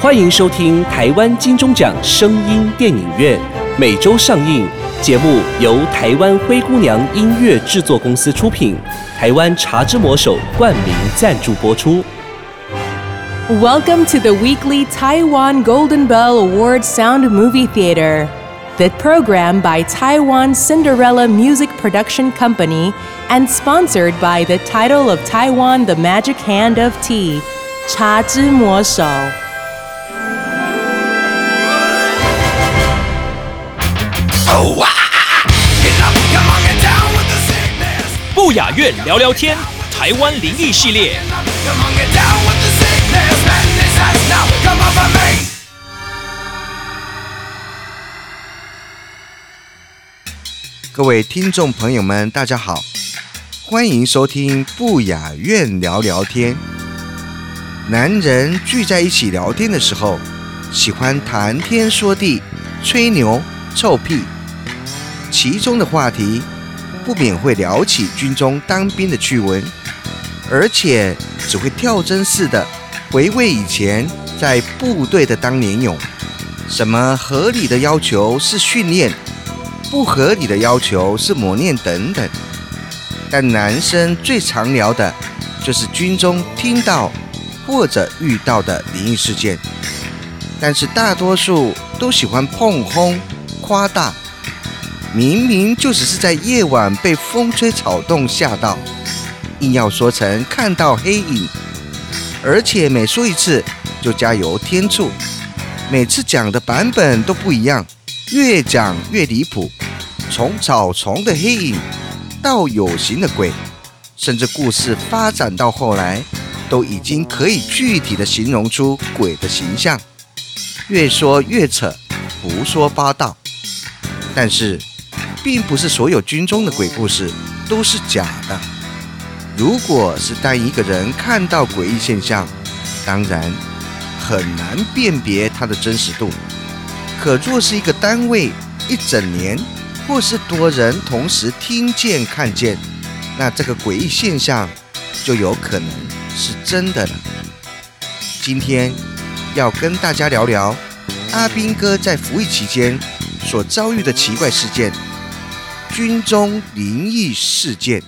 欢迎收听台湾金钟奖声音电影院，每周上映。节目由台湾灰姑娘音乐制作公司出品，台湾茶之魔手冠名赞助播出。 Welcome to the weekly Taiwan Golden Bell Award Sound Movie Theater. The program by Taiwan Cinderella Music Production Company and sponsored by the title of Taiwan The Magic Hand of Tea, 茶之魔手。 不雅院聊聊天，台湾灵异系列。 各位听众朋友们，大家好，欢迎收听不雅院聊聊天。男人聚在一起聊天的时候，喜欢谈天说地、吹牛、臭屁，其中的话题不免会聊起军中当兵的趣闻，而且只会跳针似的回味以前在部队的当年勇。什么合理的要求是训练，不合理的要求是磨练等等。但男生最常聊的就是军中听到或者遇到的灵异事件，但是大多数都喜欢碰轰夸大，明明就只是在夜晚被风吹草动吓到，硬要说成看到黑影，而且每说一次就加油添醋，每次讲的版本都不一样，越讲越离谱，从草丛的黑影到有形的鬼，甚至故事发展到后来都已经可以具体的形容出鬼的形象，越说越扯，胡说八道。但是并不是所有军中的鬼故事都是假的，如果是单一个人看到诡异现象，当然很难辨别它的真实度。可若是一个单位一整年，或是多人同时听见看见，那这个诡异现象就有可能是真的了。今天要跟大家聊聊阿兵哥在服役期间所遭遇的奇怪事件，军中灵异事件。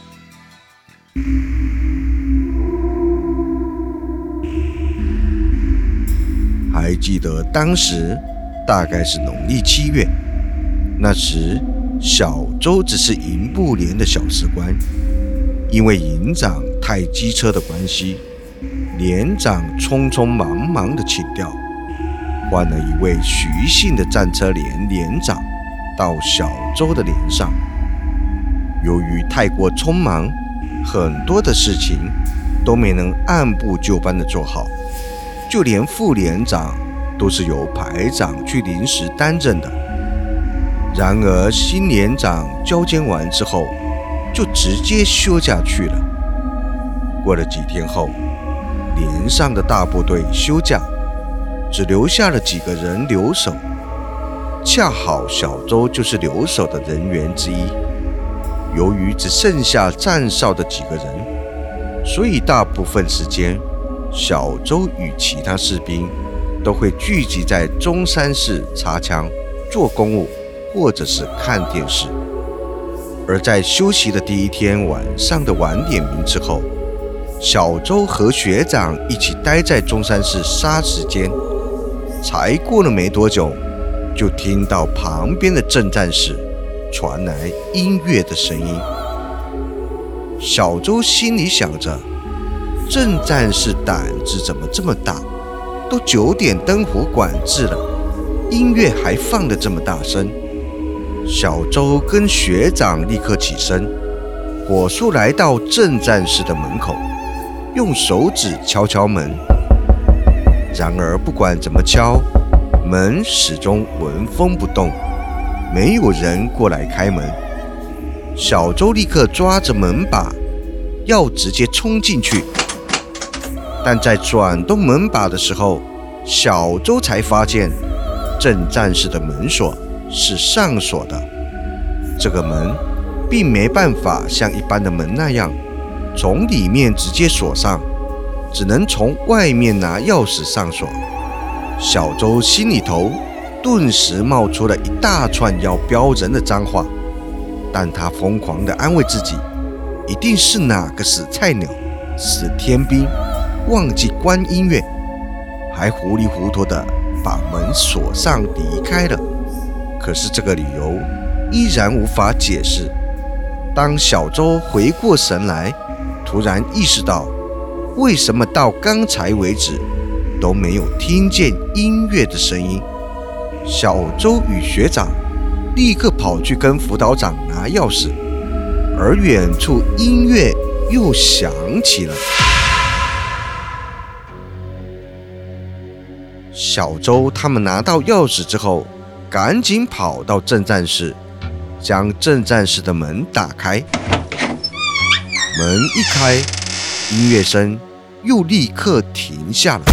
还记得当时大概是农历7月，那时小周只是营部连的小士官，因为营长太机车的关系，连长匆匆忙忙的请调，换了一位徐姓的战车连连长到小周的连上。由于太过匆忙，很多的事情都没能按部就班的做好，就连副连长都是由排长去临时担任的。然而新连长交接完之后就直接休假去了。过了几天后，连上的大部队休假，只留下了几个人留守，恰好小周就是留守的人员之一。由于只剩下站哨的几个人，所以大部分时间小周与其他士兵都会聚集在中山市擦枪、做公务或者是看电视。而在休息的第一天晚上的晚点名之后，小周和学长一起待在中山市杀时间。才过了没多久，就听到旁边的政战室传来音乐的声音。小周心里想着，政战士胆子怎么这么大，都9点灯火管制了，音乐还放得这么大声。小周跟学长立刻起身，火速来到政战室的门口，用手指敲敲门。然而不管怎么敲，门始终纹风不动，没有人过来开门。小周立刻抓着门把，要直接冲进去。但在转动门把的时候，小周才发现政战室的门锁是上锁的，这个门并没办法像一般的门那样从里面直接锁上，只能从外面拿钥匙上锁。 小周心里头顿时冒出了一大串要飙人的脏话，但他疯狂地安慰自己，一定是哪个死菜鸟、死天兵忘记关音乐，还糊里糊涂地把门锁上离开了。可是这个理由依然无法解释。当小周回过神来，突然意识到为什么到刚才为止都没有听见音乐的声音。小周与学长立刻跑去跟辅导长拿钥匙，而远处音乐又响起了。小周他们拿到钥匙之后，赶紧跑到政战室，将政战室的门打开。门一开，音乐声又立刻停下了。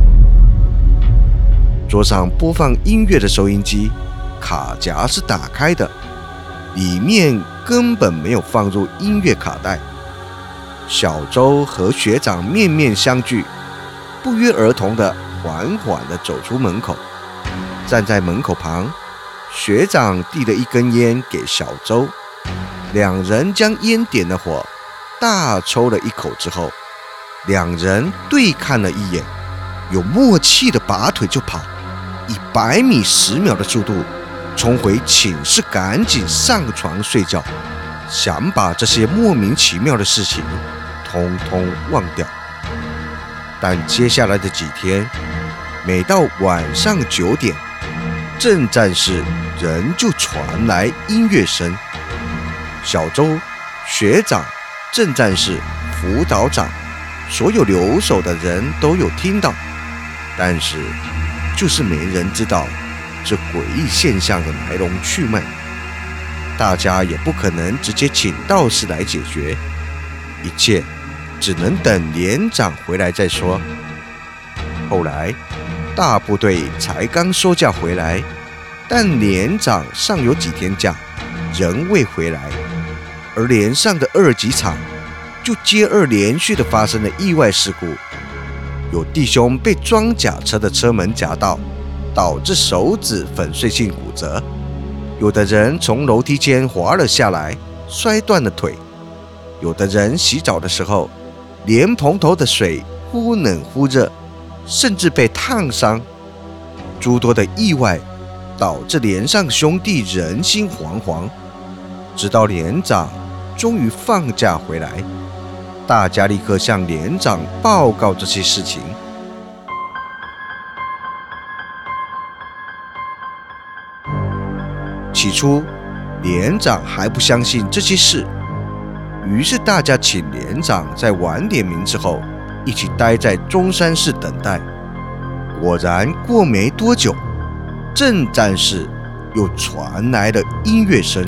桌上播放音乐的收音机卡夹是打开的，里面根本没有放入音乐卡带。小周和学长面面相觑，不约而同地缓缓地走出门口。站在门口旁，学长递了一根烟给小周，两人将烟点了火，大抽了一口之后，两人对看了一眼，有默契的拔腿就跑，以100米10秒的速度冲回寝室，赶紧上床睡觉，想把这些莫名其妙的事情通通忘掉。但接下来的几天，每到晚上9点，政战室仍旧传来音乐声。小周、学长、政战室、辅导长，所有留守的人都有听到，但是就是没人知道这诡异现象的来龙去脉。大家也不可能直接请道士来解决，一切只能等连长回来再说。后来大部队才刚收假回来，但连长尚有几天假，仍未回来。而连上的2级场就接二连续的发生了意外事故，有弟兄被装甲车的车门夹到，导致手指粉碎性骨折；有的人从楼梯间滑了下来，摔断了腿；有的人洗澡的时候，莲蓬头的水忽冷忽热，甚至被烫伤。诸多的意外导致连上兄弟人心惶惶，直到连长终于放假回来，大家立刻向连长报告这些事情。起初连长还不相信这些事，于是大家请连长在晚点名之后一起待在中山室等待。果然过没多久，政战室又传来了音乐声，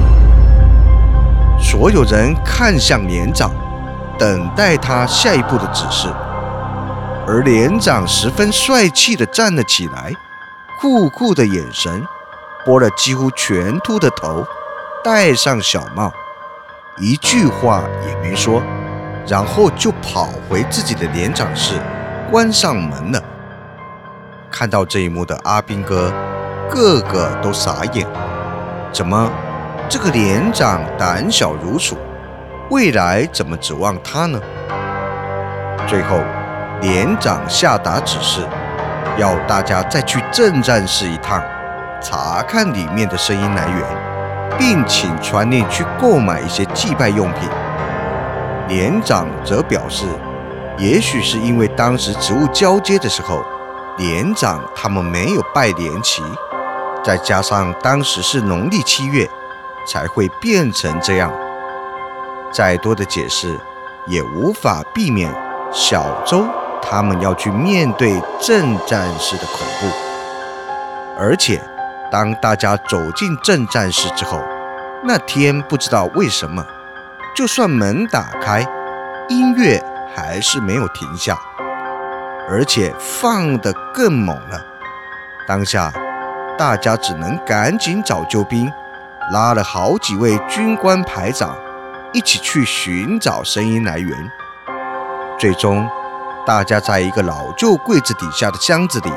所有人看向连长，等待他下一步的指示。而连长十分帅气地站了起来，酷酷的眼神，拨了几乎全秃的头，戴上小帽，一句话也没说，然后就跑回自己的连长室，关上门了。看到这一幕的阿兵哥个个都傻眼，怎么这个连长胆小如鼠，未来怎么指望他呢？最后连长下达指示，要大家再去政战室一趟，查看里面的声音来源，并请传令去购买一些祭拜用品。连长则表示，也许是因为当时职务交接的时候，连长他们没有拜连旗，再加上当时是农历7月，才会变成这样。再多的解释也无法避免小周他们要去面对政战室的恐怖。而且当大家走进政战室之后，那天不知道为什么，就算门打开，音乐还是没有停下，而且放得更猛了。当下大家只能赶紧找救兵，拉了好几位军官排长一起去寻找声音来源。最终大家在一个老旧柜子底下的箱子里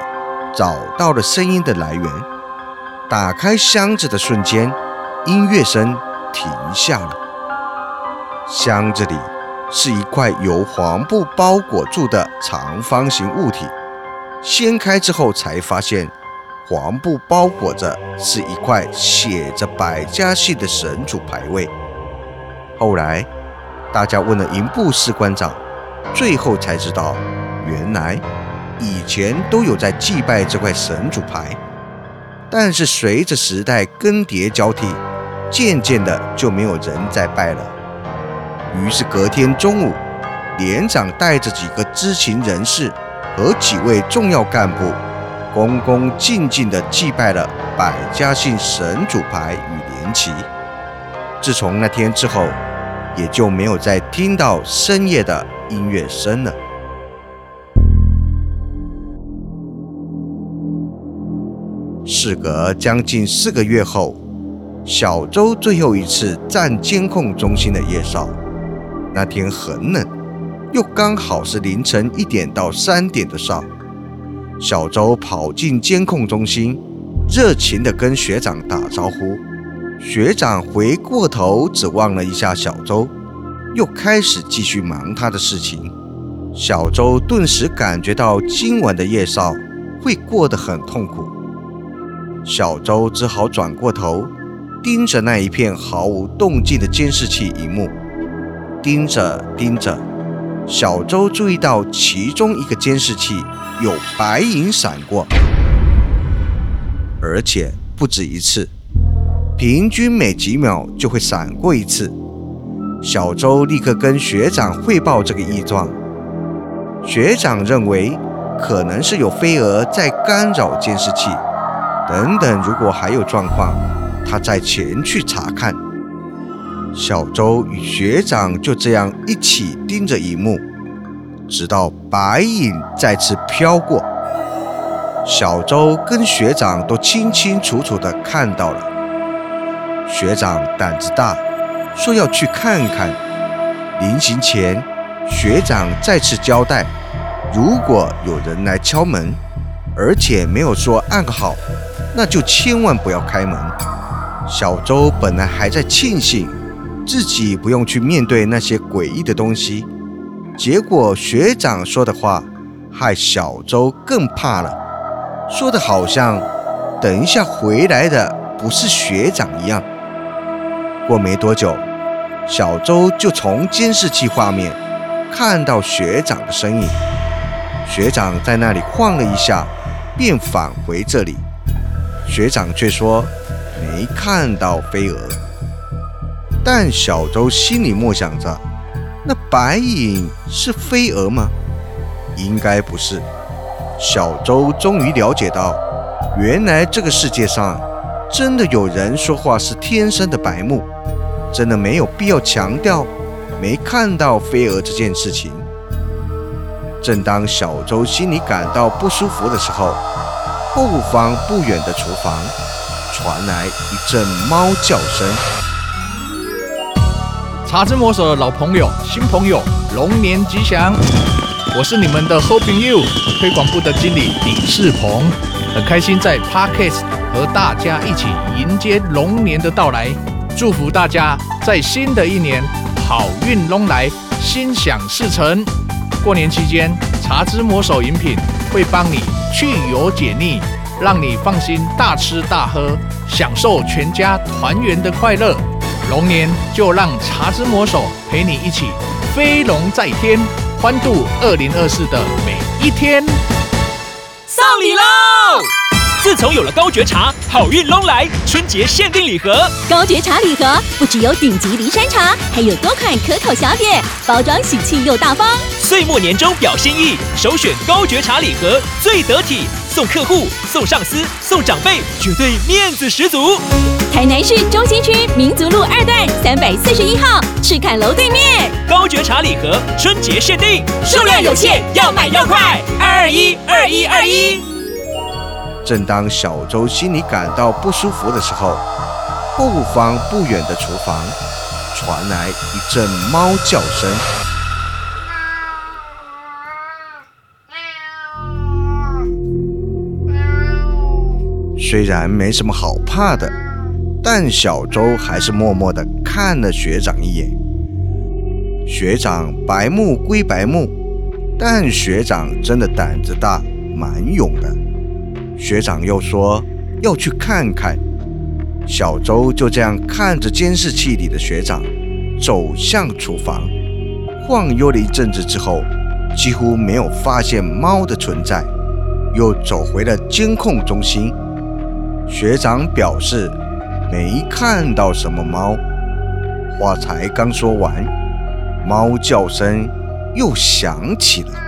找到了声音的来源。打开箱子的瞬间，音乐声停下了。箱子里是一块由黄布包裹住的长方形物体，掀开之后才发现，黄布包裹着是一块写着百家姓的神主牌位。后来大家问了营部士官长，最后才知道，原来以前都有在祭拜这块神主牌，但是随着时代更迭交替，渐渐的就没有人再拜了。于是隔天中午，连长带着几个知情人士和几位重要干部，恭恭敬敬地祭拜了百家姓神主牌与连旗。自从那天之后，也就没有再听到深夜的音乐声了。事隔将近4个月后，小周最后一次站监控中心的夜哨。那天很冷，又刚好是凌晨1点到3点的哨。小周跑进监控中心，热情地跟学长打招呼。学长回过头只望了一下小周，又开始继续忙他的事情。小周顿时感觉到今晚的夜哨会过得很痛苦。小周只好转过头，盯着那一片毫无动静的监视器荧幕。盯着盯着，小周注意到其中一个监视器有白影闪过，而且不止一次，平均每几秒就会闪过一次。小周立刻跟学长汇报这个异状。学长认为可能是有飞蛾在干扰监视器，等等，如果还有状况，他再前去查看。小周与学长就这样一起盯着荧幕，直到白影再次飘过。小周跟学长都清清楚楚地看到了。学长胆子大，说要去看看。临行前，学长再次交代，如果有人来敲门，而且没有说按好，那就千万不要开门。小周本来还在庆幸自己不用去面对那些诡异的东西，结果学长说的话害小周更怕了，说的好像等一下回来的不是学长一样。过没多久，小周就从监视器画面看到学长的身影。学长在那里晃了一下，便返回这里。学长却说没看到飞蛾。但小周心里默想着，那白影是飞蛾吗？应该不是。小周终于了解到，原来这个世界上真的有人说话是天生的白目，真的没有必要强调没看到飞蛾这件事情。正当小周心里感到不舒服的时候，后方不远的厨房传来一阵猫叫声。 茶之魔手的老朋友、新朋友，龙年吉祥！我是你们的好朋友推广部的经理李世鹏，很开心在 Podcast 和大家一起迎接龙年的到来，祝福大家在新的一年好运龙来，心想事成。过年期间，茶之魔手饮品会帮你去油解腻，让你放心大吃大喝，享受全家团圆的快乐。龙年就让茶之魔手陪你一起飞龙在天，欢度2024的每一天。 送礼喽！自从有了高觉茶，好运龙来，春节限定礼盒。 高觉茶礼盒不只有顶级梨山茶，还有多款可口小点，包装喜气又大方。 岁末年终表心意，首选高觉茶礼盒最得体，送客户、送上司、送长辈，绝对面子十足。 台南市中心区民族路2段341号赤坎楼对面。 高觉茶礼盒春节限定，数量有限，要买要快！2212121。 正当小周心里感到不舒服的时候，后方不远的厨房传来一阵猫叫声。 虽然没什么好怕的，但小周还是默默地看了学长一眼。学长白目归白目，但学长真的胆子大，蛮勇的。学长又说要去看看，小周就这样看着监视器里的学长走向厨房，晃悠了一阵子之后，几乎没有发现猫的存在，又走回了监控中心。学长表示没看到什么猫，话才刚说完，猫叫声又响起了，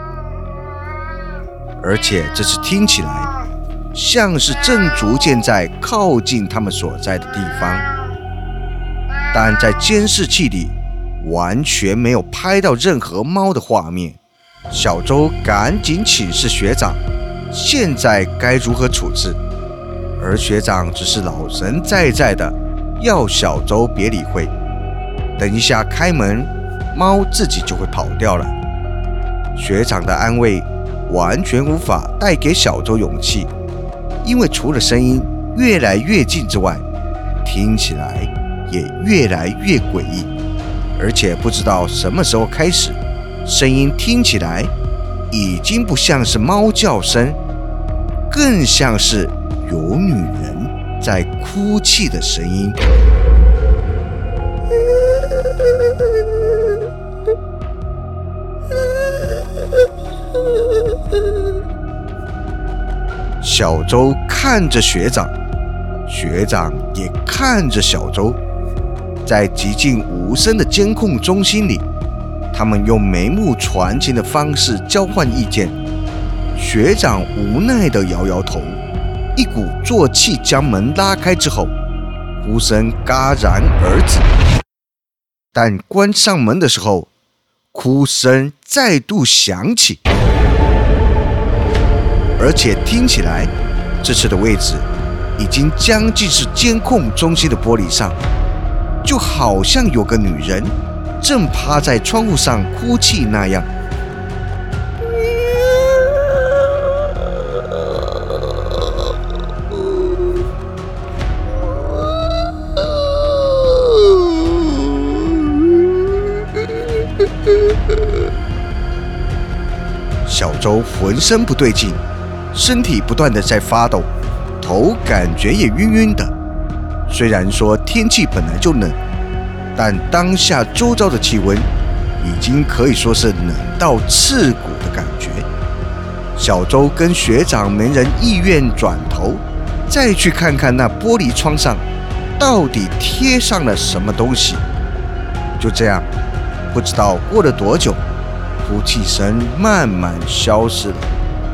而且这次听起来像是正逐渐在靠近他们所在的地方，但在监视器里完全没有拍到任何猫的画面。小周赶紧请示学长，现在该如何处置？而学长只是老神在在的要小周别理会，等一下开门，猫自己就会跑掉了。学长的安慰完全无法带给小周勇气，因为除了声音越来越近之外，听起来也越来越诡异，而且不知道什么时候开始，声音听起来已经不像是猫叫声，更像是有女人在哭泣的声音。小周看着学长，学长也看着小周，在极近无声的监控中心里，他们用眉目传情的方式交换意见。学长无奈地摇摇头，一股浊气将门拉开之后，呼声戛然而止。但关上门的时候，哭声再度响起，而且听起来这次的位置已经将近是监控中心的玻璃上，就好像有个女人正趴在窗户上哭泣那样。小周浑身不对劲，身体不断的在发抖，头感觉也晕晕的。虽然说天气本来就冷，但当下周遭的气温已经可以说是冷到刺骨的感觉。小周跟学长没人意愿转头再去看看那玻璃窗上到底贴上了什么东西。就这样，不知道过了多久，哭泣声慢慢消失了。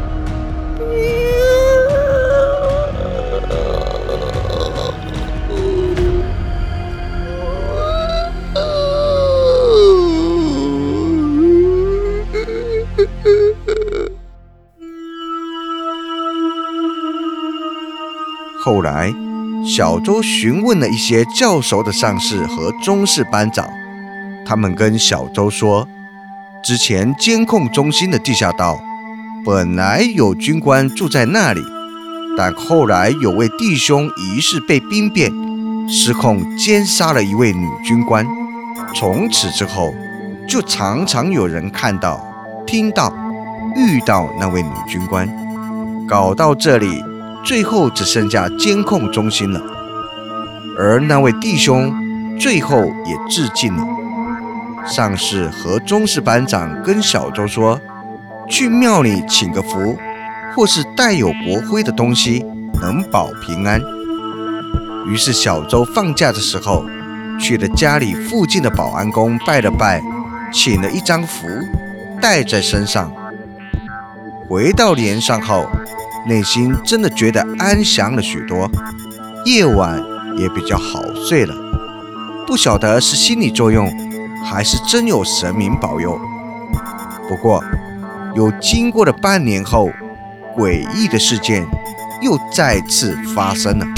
后来，小周询问了一些较熟的上士和中士班长，他们跟小周说，之前监控中心的地下道本来有军官住在那里，但后来有位弟兄疑似被兵变失控奸杀了一位女军官，从此之后就常常有人看到、听到、遇到那位女军官，搞到这里最后只剩下监控中心了。而那位弟兄最后也自尽了。上士和中士班长跟小周说，去庙里请个符，或是带有国徽的东西能保平安。于是小周放假的时候去了家里附近的保安宫拜了拜，请了一张符带在身上。回到连上后，内心真的觉得安详了许多，夜晚也比较好睡了。不晓得是心理作用还是真有神明保佑。不过又经过了半年后，诡异的事件又再次发生了。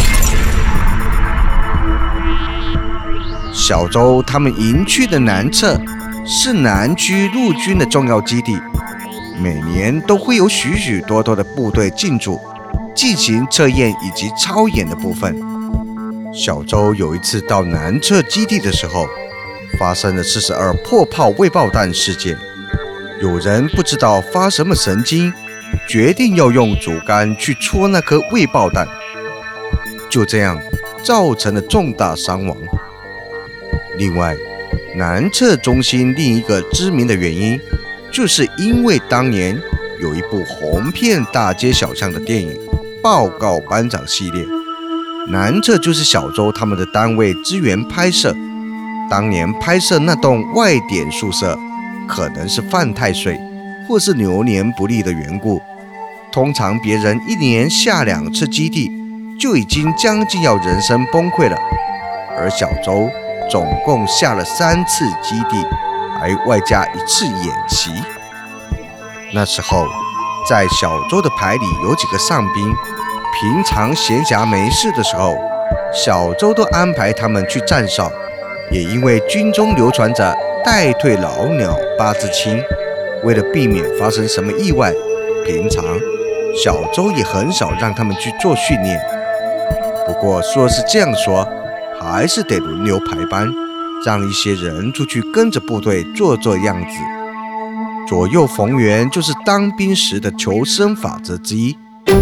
小周他们营区的南侧是南区陆军的重要基地，每年都会有许许多多的部队进驻， 进行测验以及操演的部分。小周有一次到南侧基地的时候，发生了42破炮未爆弹事件。有人不知道发什么神经，决定要用竹竿去戳那颗未爆弹，就这样造成了重大伤亡。另外，南侧中心另一个知名的原因，就是因为当年有一部红遍大街小巷的电影《报告班长》系列，南侧就是小周他们的单位支援拍摄。当年拍摄那栋外点宿舍，可能是犯太岁或是流年不利的缘故，通常别人1年下2次基地就已经将近要人生崩溃了，而小周总共下了3次基地，还外加1次演习。那时候在小周的排里有几个上兵，平常闲暇没事的时候，小周都安排他们去站哨。也因为军中流传着待退老鸟八字轻，为了避免发生什么意外，平常小周也很少让他们去做训练。不过说是这样说，还是得轮流排班，让一些人出去跟着部队做做样子。左右逢源就是当兵时的求生法则之一。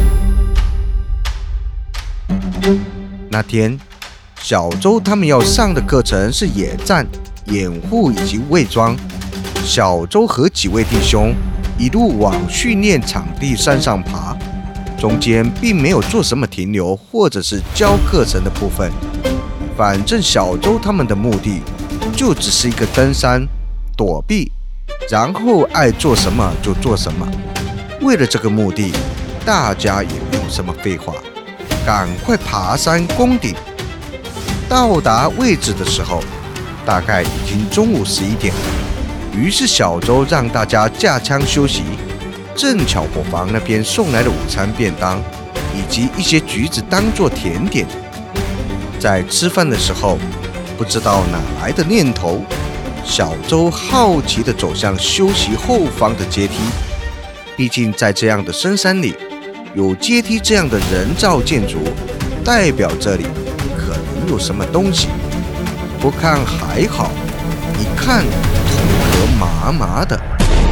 那天小周他们要上的课程是野战、掩护以及伪装。小周和几位弟兄一路往训练场地山上爬，中间并没有做什么停留或者是教课程的部分。反正小周他们的目的就只是一个登山、躲避，然后爱做什么就做什么。为了这个目的，大家也没有什么废话，赶快爬山攻顶。到达位置的时候，大概已经中午11点，于是小周让大家架枪休息。正巧伙房那边送来的午餐便当，以及一些橘子当做甜点。在吃饭的时候，不知道哪来的念头，小周好奇地走向休息后方的阶梯。毕竟在这样的深山里，有阶梯这样的人造建筑，代表这里可能有什么东西。不看还好，一看头壳麻麻的。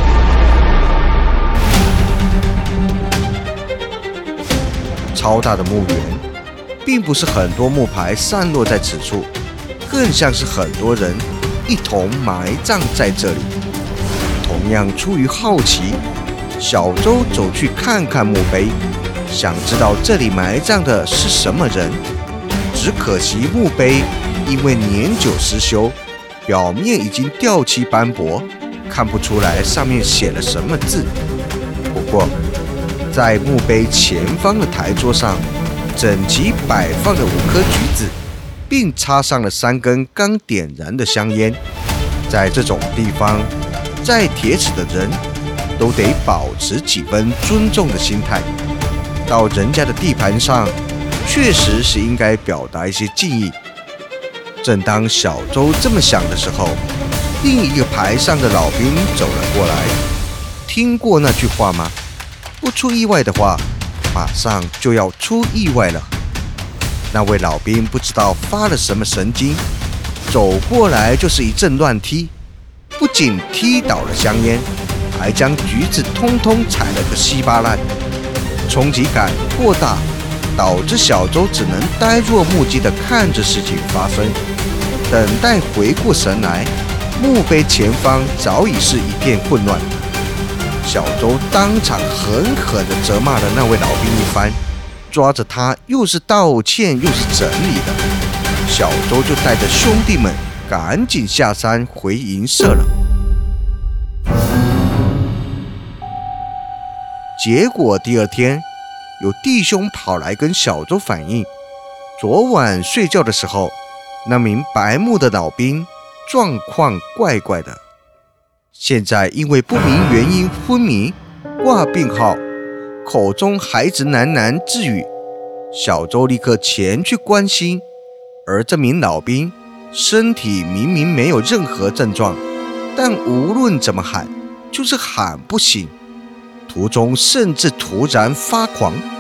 超大的墓园，并不是很多木牌散落在此处，更像是很多人一同埋葬在这里。同样出于好奇，小周走去看看墓碑，想知道这里埋葬的是什么人。只可惜墓碑因为年久失修，表面已经掉漆斑驳，看不出来上面写了什么字。不过在墓碑前方的台桌上，整齐摆放着5颗橘子，并插上了3根刚点燃的香烟。在这种地方，再铁齿的人都得保持几分尊重的心态。到人家的地盘上，确实是应该表达一些敬意。正当小周这么想的时候，另一个排上的老兵走了过来。听过那句话吗？不出意外的话，马上就要出意外了。那位老兵不知道发了什么神经，走过来就是一阵乱踢，不仅踢倒了香烟，还将橘子通通踩了个稀巴烂。冲击感过大，导致小周只能呆若木鸡地看着事情发生。等待回过神来，墓碑前方早已是一片混乱。小周当场狠狠地责骂了那位老兵一番，抓着他又是道歉又是整理的。小周就带着兄弟们赶紧下山回营舍了。结果第2天，有弟兄跑来跟小周反映，昨晚睡觉的时候，那名白目的老兵状况怪怪的。现在因为不明原因昏迷，挂病号，口中还直喃喃自语。小周立刻前去关心，而这名老兵身体明明没有任何症状，但无论怎么喊，就是喊不醒，途中甚至突然发狂。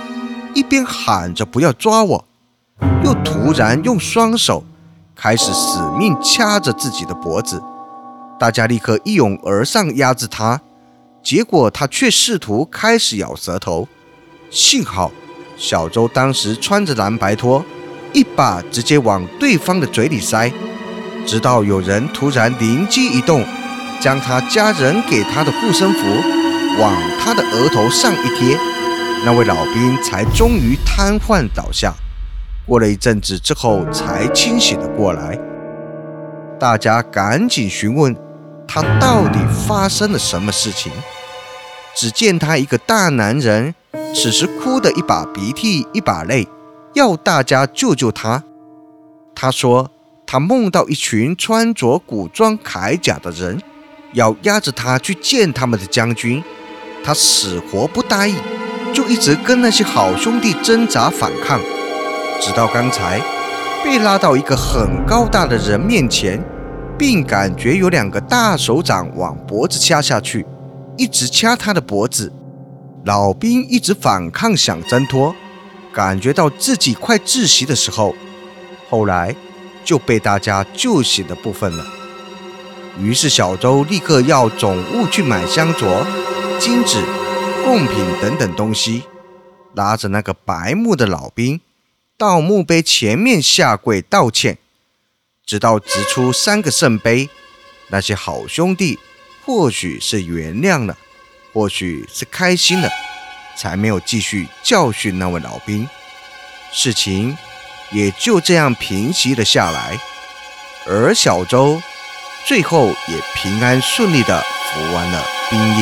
一边喊着不要抓我，又突然用双手开始死命掐着自己的脖子。大家立刻一拥而上压制他，结果他却试图开始咬舌头。幸好小周当时穿着蓝白拖，一把直接往对方的嘴里塞，直到有人突然灵机一动，将他家人给他的护身符往他的额头上一贴，那位老兵才终于瘫痪倒下。过了一阵子之后才清醒了过来。大家赶紧询问他到底发生了什么事情。只见他一个大男人，此时哭得一把鼻涕一把泪，要大家救救他。他说他梦到一群穿着古装铠甲的人，要押着他去见他们的将军。他死活不答应，就一直跟那些好兄弟挣扎反抗，直到刚才被拉到一个很高大的人面前，并感觉有2个大手掌往脖子掐下去，一直掐他的脖子。老兵一直反抗想挣脱，感觉到自己快窒息的时候，后来就被大家救醒的部分了。于是小周立刻要总务去买香烛、金纸、贡品等等东西，拉着那个白目的老兵到墓碑前面下跪道歉，直到掷出3个圣杯。那些好兄弟或许是原谅了，或许是开心了，才没有继续教训那位老兵。事情也就这样平息了下来，而小周最后也平安顺利地服完了兵役。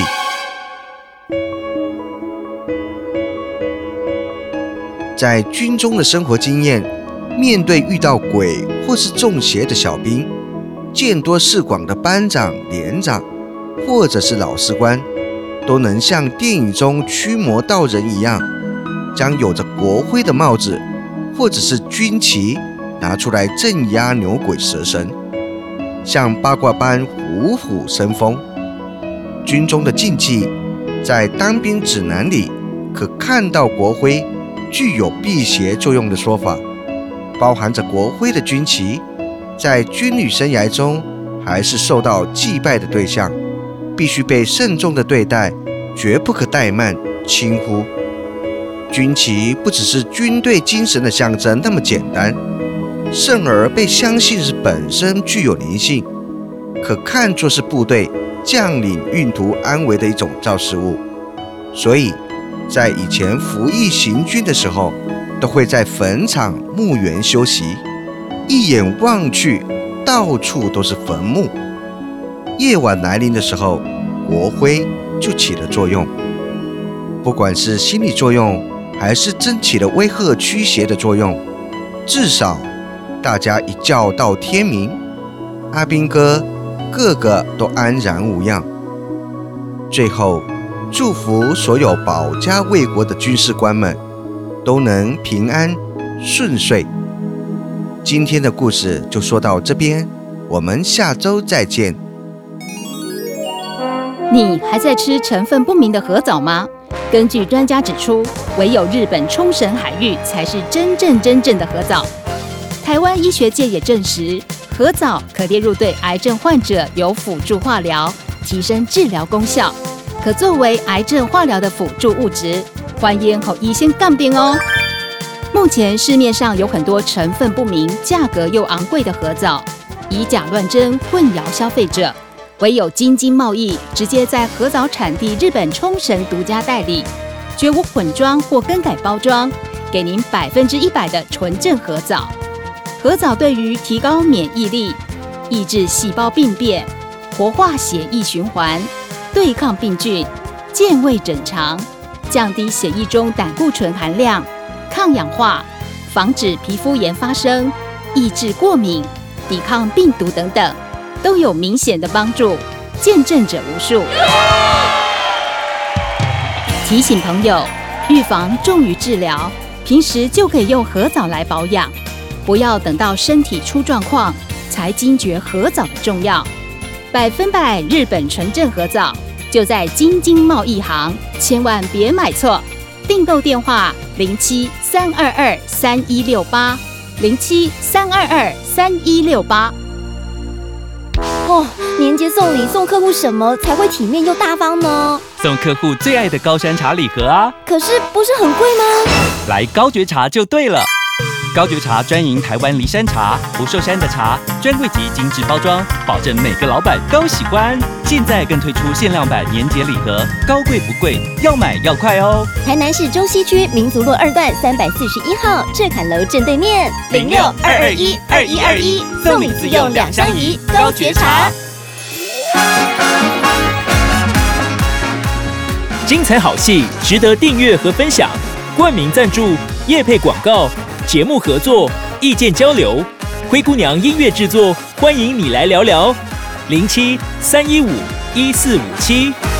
在军中的生活经验，面对遇到鬼或是中邪的小兵，见多识广的班长、连长或者是老士官，都能像电影中驱魔道人一样，将有着国徽的帽子或者是军旗拿出来镇压牛鬼蛇神，像八卦般虎虎生风。军中的禁忌，在当兵指南里可看到国徽具有辟邪作用的说法，包含着国徽的军旗在军旅生涯中还是受到祭拜的对象，必须被慎重的对待，绝不可怠慢轻忽。军旗不只是军队精神的象征那么简单，甚而被相信是本身具有灵性，可看作是部队将领运途安危的一种造事物。所以在以前服役行军的时候，都会在坟场墓园休息，一眼望去到处都是坟墓。夜晚来临的时候，国徽就起了作用，不管是心理作用还是真起了威吓驱邪的作用，至少大家一觉到天明，阿兵哥个个都安然无恙。最后祝福所有保家卫国的军事官们都能平安顺遂。今天的故事就说到这边，我们下周再见。 你还在吃成分不明的河藻吗？根据专家指出，唯有日本冲绳海域才是真正的河藻。台湾医学界也证实，河藻可列入对癌症患者有辅助化疗，提升治疗功效，可作为癌症化疗的辅助物质。欢迎和医生杠定哦。目前市面上有很多成分不明、价格又昂贵的河藻，以假乱真，混淆消费者。唯有京津贸易直接在河藻产地日本冲绳独家代理，绝无混装或更改包装，给您100%的纯正河藻。河藻对于提高免疫力、抑制细胞病变、活化血液循环、对抗病菌、健胃整肠、降低血液中胆固醇含量、抗氧化、防止皮肤炎发生、抑制过敏、抵抗病毒等等，都有明显的帮助，见证者无数。提醒朋友，预防重于治疗，平时就可以用河藻来保养，不要等到身体出状况才惊觉河藻的重要。100%日本纯正河藻就在京津贸易行，千万别买错。 订购电话07-322-3168，07-322-3168。 哦，年节送礼送客户什么才会体面又大方呢？ 送客户最爱的高山茶礼盒啊！ 可是不是很贵吗？ 来高觉茶就对了。高觉茶专营台湾梨山茶，不受山的茶，专柜级精致包装，保证每个老板都喜欢。现在更推出限量版年节礼盒，高贵不贵，要买要快哦！ 台南市中西区民族路2段341号赤坎楼正对面，06-221-2121，送礼自用2相宜，高觉茶。 精彩好戏值得订阅和分享，冠名赞助、业配广告、节目合作、意见交流，灰姑娘音乐制作，欢迎你来聊聊。07-315-1457